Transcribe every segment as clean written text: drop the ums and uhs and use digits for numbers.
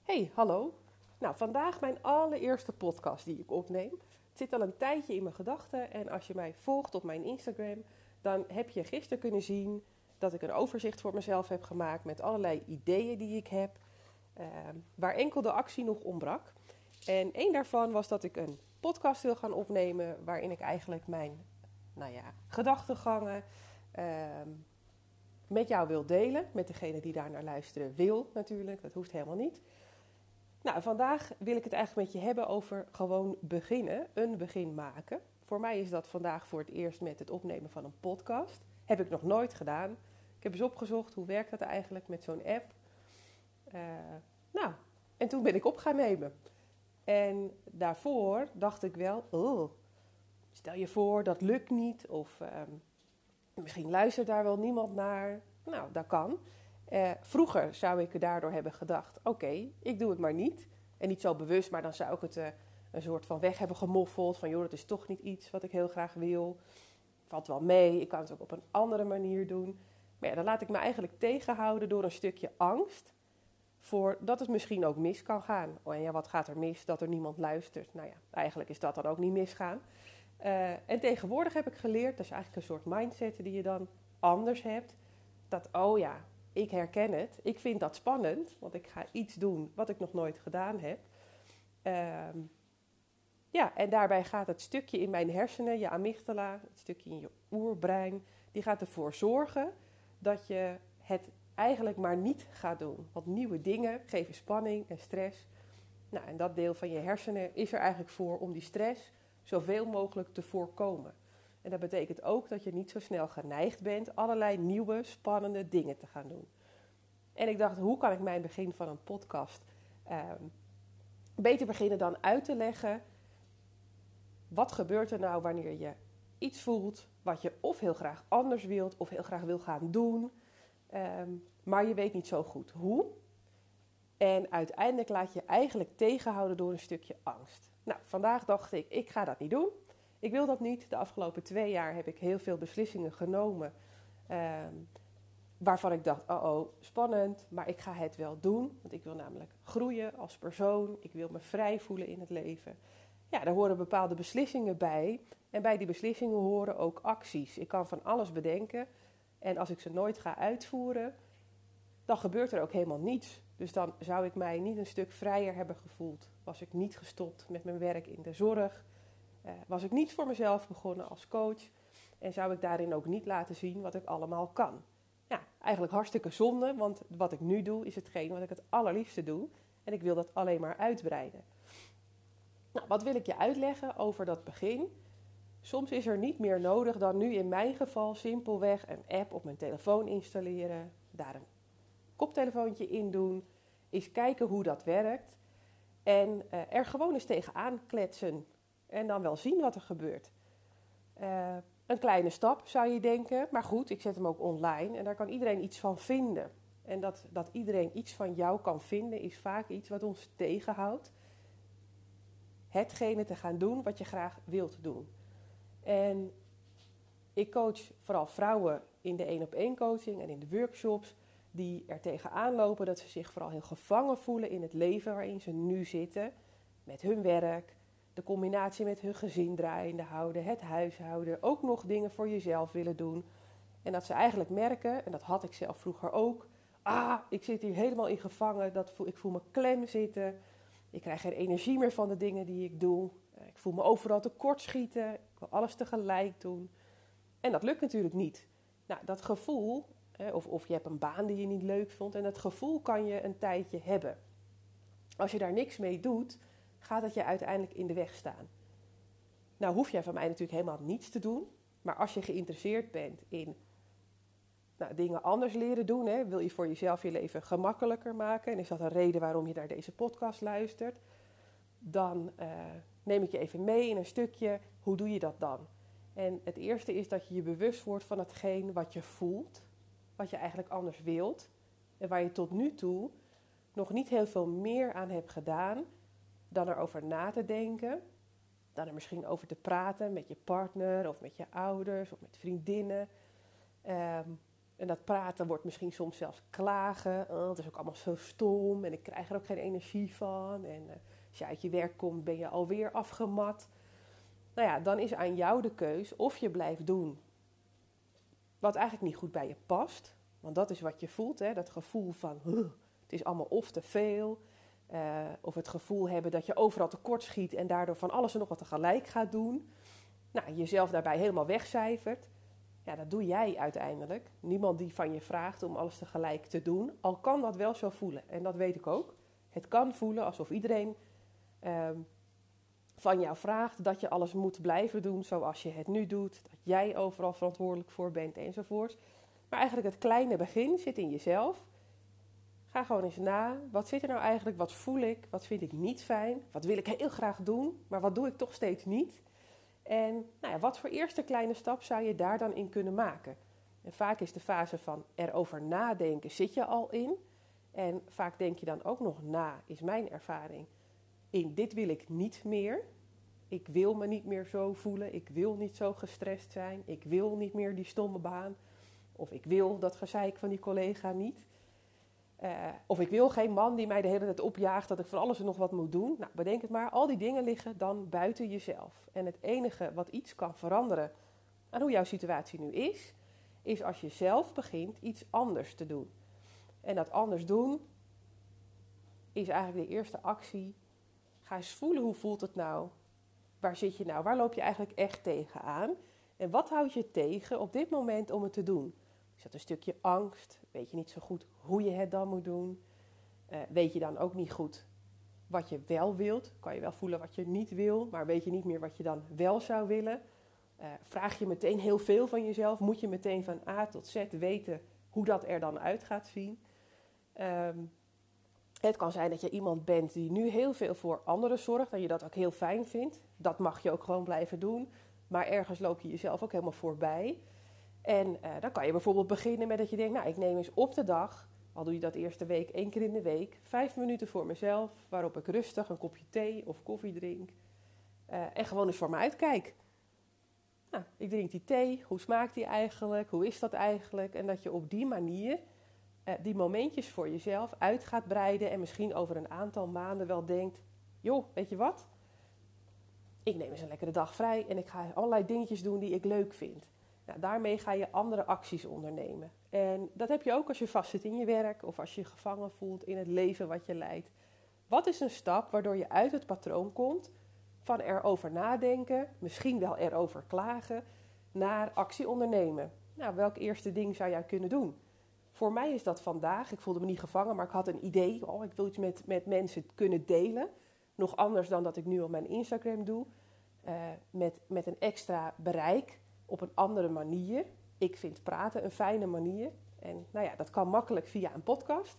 Hey, hallo. Nou, vandaag mijn allereerste podcast die ik opneem. Het zit al een tijdje in mijn gedachten en als je mij volgt op mijn Instagram, dan heb je gisteren kunnen zien dat ik een overzicht voor mezelf heb gemaakt met allerlei ideeën die ik heb, waar enkel de actie nog ontbrak. En één daarvan was dat ik een podcast wil gaan opnemen waarin ik eigenlijk mijn, gedachtegangen met jou wil delen. Met degene die daar naar luisteren wil natuurlijk, dat hoeft helemaal niet. Nou, vandaag wil ik het eigenlijk met je hebben over gewoon beginnen, een begin maken. Voor mij is dat vandaag voor het eerst met het opnemen van een podcast. Heb ik nog nooit gedaan. Ik heb eens opgezocht, hoe werkt dat eigenlijk met zo'n app? En toen ben ik op gaan nemen. En daarvoor dacht ik wel, stel je voor dat lukt niet of misschien luistert daar wel niemand naar. Nou, dat kan. Vroeger zou ik daardoor hebben gedacht, oké, ik doe het maar niet. En niet zo bewust, maar dan zou ik het een soort van weg hebben gemoffeld. Van joh, dat is toch niet iets wat ik heel graag wil. Valt wel mee, ik kan het ook op een andere manier doen. Maar ja, dan laat ik me eigenlijk tegenhouden door een stukje angst. Voor dat het misschien ook mis kan gaan. Oh, en ja, wat gaat er mis? Dat er niemand luistert. Nou ja, eigenlijk is dat dan ook niet misgaan. En tegenwoordig heb ik geleerd, dat is eigenlijk een soort mindset die je dan anders hebt. Dat, oh ja, ik herken het. Ik vind dat spannend, want ik ga iets doen wat ik nog nooit gedaan heb. En daarbij gaat het stukje in mijn hersenen, je amygdala, het stukje in je oerbrein, die gaat ervoor zorgen dat je het eigenlijk maar niet gaat doen. Want nieuwe dingen geven spanning en stress. Nou, en dat deel van je hersenen is er eigenlijk voor om die stress zoveel mogelijk te voorkomen. En dat betekent ook dat je niet zo snel geneigd bent allerlei nieuwe, spannende dingen te gaan doen. En ik dacht, hoe kan ik mijn begin van een podcast beter beginnen dan uit te leggen. Wat gebeurt er nou wanneer je iets voelt wat je of heel graag anders wilt of heel graag wil gaan doen. Maar je weet niet zo goed hoe. En uiteindelijk laat je eigenlijk tegenhouden door een stukje angst. Nou, vandaag dacht ik ga dat niet doen. Ik wil dat niet. De afgelopen 2 jaar heb ik heel veel beslissingen genomen. Waarvan ik dacht, spannend, maar ik ga het wel doen. Want ik wil namelijk groeien als persoon. Ik wil me vrij voelen in het leven. Ja, daar horen bepaalde beslissingen bij. En bij die beslissingen horen ook acties. Ik kan van alles bedenken. En als ik ze nooit ga uitvoeren, dan gebeurt er ook helemaal niets. Dus dan zou ik mij niet een stuk vrijer hebben gevoeld. Was ik niet gestopt met mijn werk in de zorg. Was ik niet voor mezelf begonnen als coach. En zou ik daarin ook niet laten zien wat ik allemaal kan. Ja, eigenlijk hartstikke zonde, want wat ik nu doe is hetgeen wat ik het allerliefste doe. En ik wil dat alleen maar uitbreiden. Nou, wat wil ik je uitleggen over dat begin? Soms is er niet meer nodig dan nu in mijn geval simpelweg een app op mijn telefoon installeren. Daar een koptelefoontje in doen. Eens kijken hoe dat werkt. En er gewoon eens tegenaan kletsen. En dan wel zien wat er gebeurt. Een kleine stap zou je denken. Maar goed, ik zet hem ook online. En daar kan iedereen iets van vinden. En dat iedereen iets van jou kan vinden is vaak iets wat ons tegenhoudt. Hetgene te gaan doen wat je graag wilt doen. En ik coach vooral vrouwen in de 1-op-1 coaching en in de workshops die er tegenaan lopen dat ze zich vooral heel gevangen voelen in het leven waarin ze nu zitten. Met hun werk, de combinatie met hun gezin draaiende houden, het huishouden, ook nog dingen voor jezelf willen doen. En dat ze eigenlijk merken, en dat had ik zelf vroeger ook, ik zit hier helemaal in gevangen, ik voel me klem zitten. Ik krijg geen energie meer van de dingen die ik doe. Ik voel me overal tekortschieten. Ik wil alles tegelijk doen. En dat lukt natuurlijk niet. Nou, dat gevoel, of je hebt een baan die je niet leuk vond. En dat gevoel kan je een tijdje hebben. Als je daar niks mee doet, gaat het je uiteindelijk in de weg staan. Nou hoef jij van mij natuurlijk helemaal niets te doen. Maar als je geïnteresseerd bent in dingen anders leren doen. Wil je voor jezelf je leven gemakkelijker maken. En is dat een reden waarom je naar deze podcast luistert. Dan neem ik je even mee in een stukje. Hoe doe je dat dan? En het eerste is dat je je bewust wordt van hetgeen wat je voelt. Wat je eigenlijk anders wilt. En waar je tot nu toe nog niet heel veel meer aan hebt gedaan. Dan erover na te denken. Dan er misschien over te praten met je partner. Of met je ouders. Of met vriendinnen. En dat praten wordt misschien soms zelfs klagen. Oh, het is ook allemaal zo stom en ik krijg er ook geen energie van. En als je uit je werk komt ben je alweer afgemat. Nou ja, dan is aan jou de keus of je blijft doen wat eigenlijk niet goed bij je past. Want dat is wat je voelt, hè? Dat gevoel van het is allemaal of te veel. Of het gevoel hebben dat je overal tekort schiet en daardoor van alles en nog wat tegelijk gaat doen. Nou, jezelf daarbij helemaal wegcijfert. Ja, dat doe jij uiteindelijk. Niemand die van je vraagt om alles tegelijk te doen. Al kan dat wel zo voelen. En dat weet ik ook. Het kan voelen alsof iedereen van jou vraagt dat je alles moet blijven doen zoals je het nu doet. Dat jij overal verantwoordelijk voor bent enzovoort. Maar eigenlijk het kleine begin zit in jezelf. Ga gewoon eens na. Wat zit er nou eigenlijk? Wat voel ik? Wat vind ik niet fijn? Wat wil ik heel graag doen? Maar wat doe ik toch steeds niet? En nou ja, wat voor eerste kleine stap zou je daar dan in kunnen maken? En vaak is de fase van erover nadenken zit je al in. En vaak denk je dan ook nog na, is mijn ervaring. In dit wil ik niet meer. Ik wil me niet meer zo voelen. Ik wil niet zo gestrest zijn. Ik wil niet meer die stomme baan. Of ik wil dat gezeik van die collega niet. Of ik wil geen man die mij de hele tijd opjaagt dat ik van alles en nog wat moet doen. Nou, bedenk het maar. Al die dingen liggen dan buiten jezelf. En het enige wat iets kan veranderen aan hoe jouw situatie nu is als je zelf begint iets anders te doen. En dat anders doen is eigenlijk de eerste actie. Ga eens voelen, hoe voelt het nou? Waar zit je nou? Waar loop je eigenlijk echt tegenaan? En wat houdt je tegen op dit moment om het te doen? Is dat een stukje angst? Weet je niet zo goed hoe je het dan moet doen? Weet je dan ook niet goed wat je wel wilt? Kan je wel voelen wat je niet wil, maar weet je niet meer wat je dan wel zou willen? Vraag je meteen heel veel van jezelf? Moet je meteen van A tot Z weten hoe dat er dan uit gaat zien? Het kan zijn dat je iemand bent die nu heel veel voor anderen zorgt, dat je dat ook heel fijn vindt. Dat mag je ook gewoon blijven doen, maar ergens loop je jezelf ook helemaal voorbij. En dan kan je bijvoorbeeld beginnen met dat je denkt, nou, ik neem eens op de dag, al doe je dat eerste week 1 keer in de week, 5 minuten voor mezelf, waarop ik rustig een kopje thee of koffie drink en gewoon eens voor me uitkijk. Nou, ik drink die thee, hoe smaakt die eigenlijk, hoe is dat eigenlijk? En dat je op die manier die momentjes voor jezelf uit gaat breiden en misschien over een aantal maanden wel denkt, joh, weet je wat? Ik neem eens een lekkere dag vrij en ik ga allerlei dingetjes doen die ik leuk vind. Nou, daarmee ga je andere acties ondernemen. En dat heb je ook als je vastzit in je werk of als je je gevangen voelt in het leven wat je leidt. Wat is een stap waardoor je uit het patroon komt van erover nadenken, misschien wel erover klagen, naar actie ondernemen? Nou, welk eerste ding zou jij kunnen doen? Voor mij is dat vandaag, ik voelde me niet gevangen, maar ik had een idee. Ik wil iets met mensen kunnen delen. Nog anders dan dat ik nu op mijn Instagram doe. Met een extra bereik op een andere manier. Ik vind praten een fijne manier. En nou ja, dat kan makkelijk via een podcast.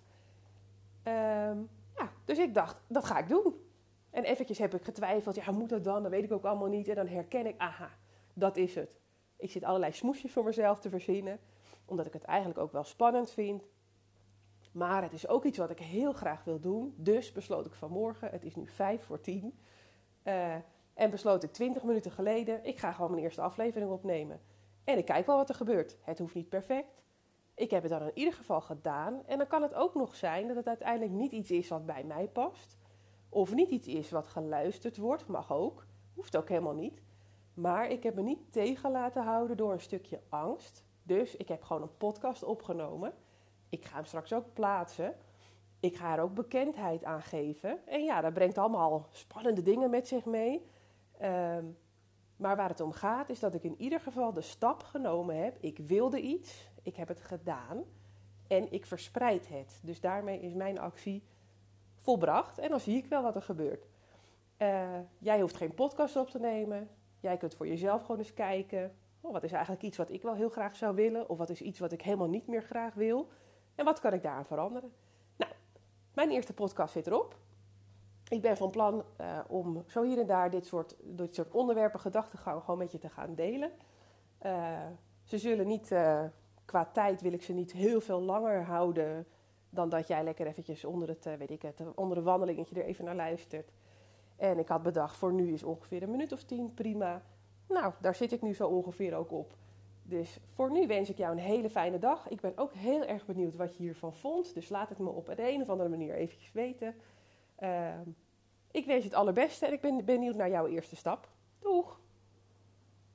Dus ik dacht, dat ga ik doen. En eventjes heb ik getwijfeld, ja, hoe moet dat dan? Dat weet ik ook allemaal niet. En dan herken ik, aha, dat is het. Ik zit allerlei smoesjes voor mezelf te verzinnen, omdat ik het eigenlijk ook wel spannend vind. Maar het is ook iets wat ik heel graag wil doen. Dus besloot ik vanmorgen, het is nu 9:55. En besloot ik 20 minuten geleden, ik ga gewoon mijn eerste aflevering opnemen. En ik kijk wel wat er gebeurt. Het hoeft niet perfect. Ik heb het dan in ieder geval gedaan. En dan kan het ook nog zijn dat het uiteindelijk niet iets is wat bij mij past. Of niet iets is wat geluisterd wordt, mag ook. Hoeft ook helemaal niet. Maar ik heb me niet tegen laten houden door een stukje angst. Dus ik heb gewoon een podcast opgenomen. Ik ga hem straks ook plaatsen. Ik ga er ook bekendheid aan geven. En ja, dat brengt allemaal spannende dingen met zich mee. Maar waar het om gaat is dat ik in ieder geval de stap genomen heb. Ik wilde iets, ik heb het gedaan en ik verspreid het. Dus daarmee is mijn actie volbracht en dan zie ik wel wat er gebeurt. Jij hoeft geen podcast op te nemen. Jij kunt voor jezelf gewoon eens kijken. Wat is eigenlijk iets wat ik wel heel graag zou willen? Of wat is iets wat ik helemaal niet meer graag wil? En wat kan ik daaraan veranderen? Nou, mijn eerste podcast zit erop. Ik ben van plan om zo hier en daar dit soort onderwerpen, gedachtegang gewoon met je te gaan delen. Ze zullen niet, qua tijd wil ik ze niet heel veel langer houden dan dat jij lekker eventjes onder een wandelingetje er even naar luistert. En ik had bedacht, voor nu is ongeveer 1 minuut of 10 prima. Nou, daar zit ik nu zo ongeveer ook op. Dus voor nu wens ik jou een hele fijne dag. Ik ben ook heel erg benieuwd wat je hiervan vond. Dus laat het me op de een of andere manier eventjes weten. Ik wens je het allerbeste en ik ben benieuwd naar jouw eerste stap. Doeg!